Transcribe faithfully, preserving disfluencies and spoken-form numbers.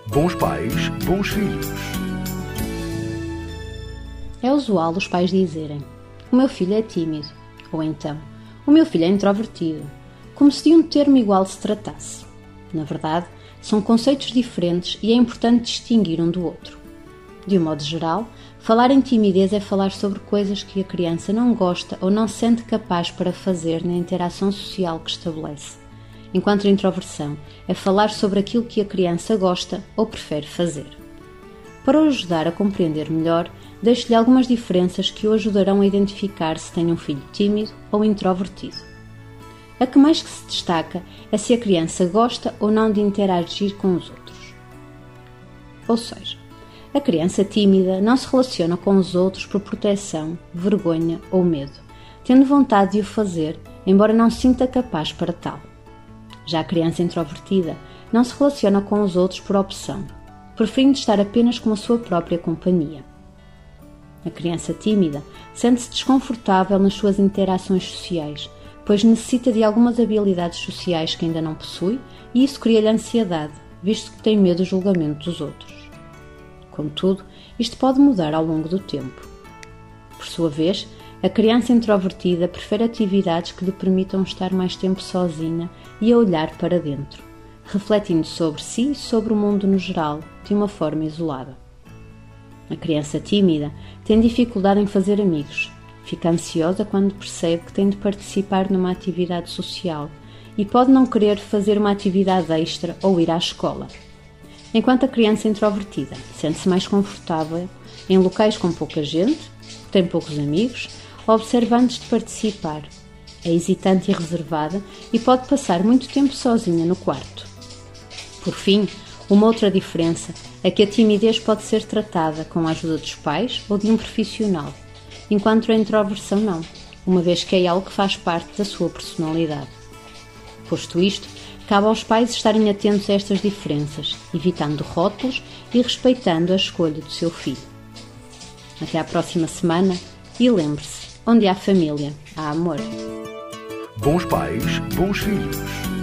Bons pais, bons filhos. É usual os pais dizerem: o meu filho é tímido, ou então, o meu filho é introvertido, como se de um termo igual se tratasse. Na verdade, são conceitos diferentes e é importante distinguir um do outro. De um modo geral, falar em timidez é falar sobre coisas que a criança não gosta ou não se sente capaz para fazer na interação social que estabelece, enquanto a introversão é falar sobre aquilo que a criança gosta ou prefere fazer. Para o ajudar a compreender melhor, deixo-lhe algumas diferenças que o ajudarão a identificar se tem um filho tímido ou introvertido. A que mais que se destaca é se a criança gosta ou não de interagir com os outros. Ou seja, a criança tímida não se relaciona com os outros por proteção, vergonha ou medo, tendo vontade de o fazer, embora não se sinta capaz para tal. Já a criança introvertida não se relaciona com os outros por opção, preferindo estar apenas com a sua própria companhia. A criança tímida sente-se desconfortável nas suas interações sociais, pois necessita de algumas habilidades sociais que ainda não possui e isso cria-lhe ansiedade, visto que tem medo do julgamento dos outros. Contudo, isto pode mudar ao longo do tempo. Por sua vez, a criança introvertida prefere atividades que lhe permitam estar mais tempo sozinha e a olhar para dentro, refletindo sobre si e sobre o mundo no geral, de uma forma isolada. A criança tímida tem dificuldade em fazer amigos, fica ansiosa quando percebe que tem de participar numa atividade social e pode não querer fazer uma atividade extra ou ir à escola. Enquanto a criança introvertida sente-se mais confortável em locais com pouca gente, tem poucos amigos, observa antes de participar, é hesitante e reservada e pode passar muito tempo sozinha no quarto. Por fim, uma outra diferença é que a timidez pode ser tratada com a ajuda dos pais ou de um profissional, enquanto a introversão não, uma vez que é algo que faz parte da sua personalidade. Posto isto, cabe aos pais estarem atentos a estas diferenças, evitando rótulos e respeitando a escolha do seu filho. Até à próxima semana e lembre-se, onde há família, há amor. Bons pais, bons filhos.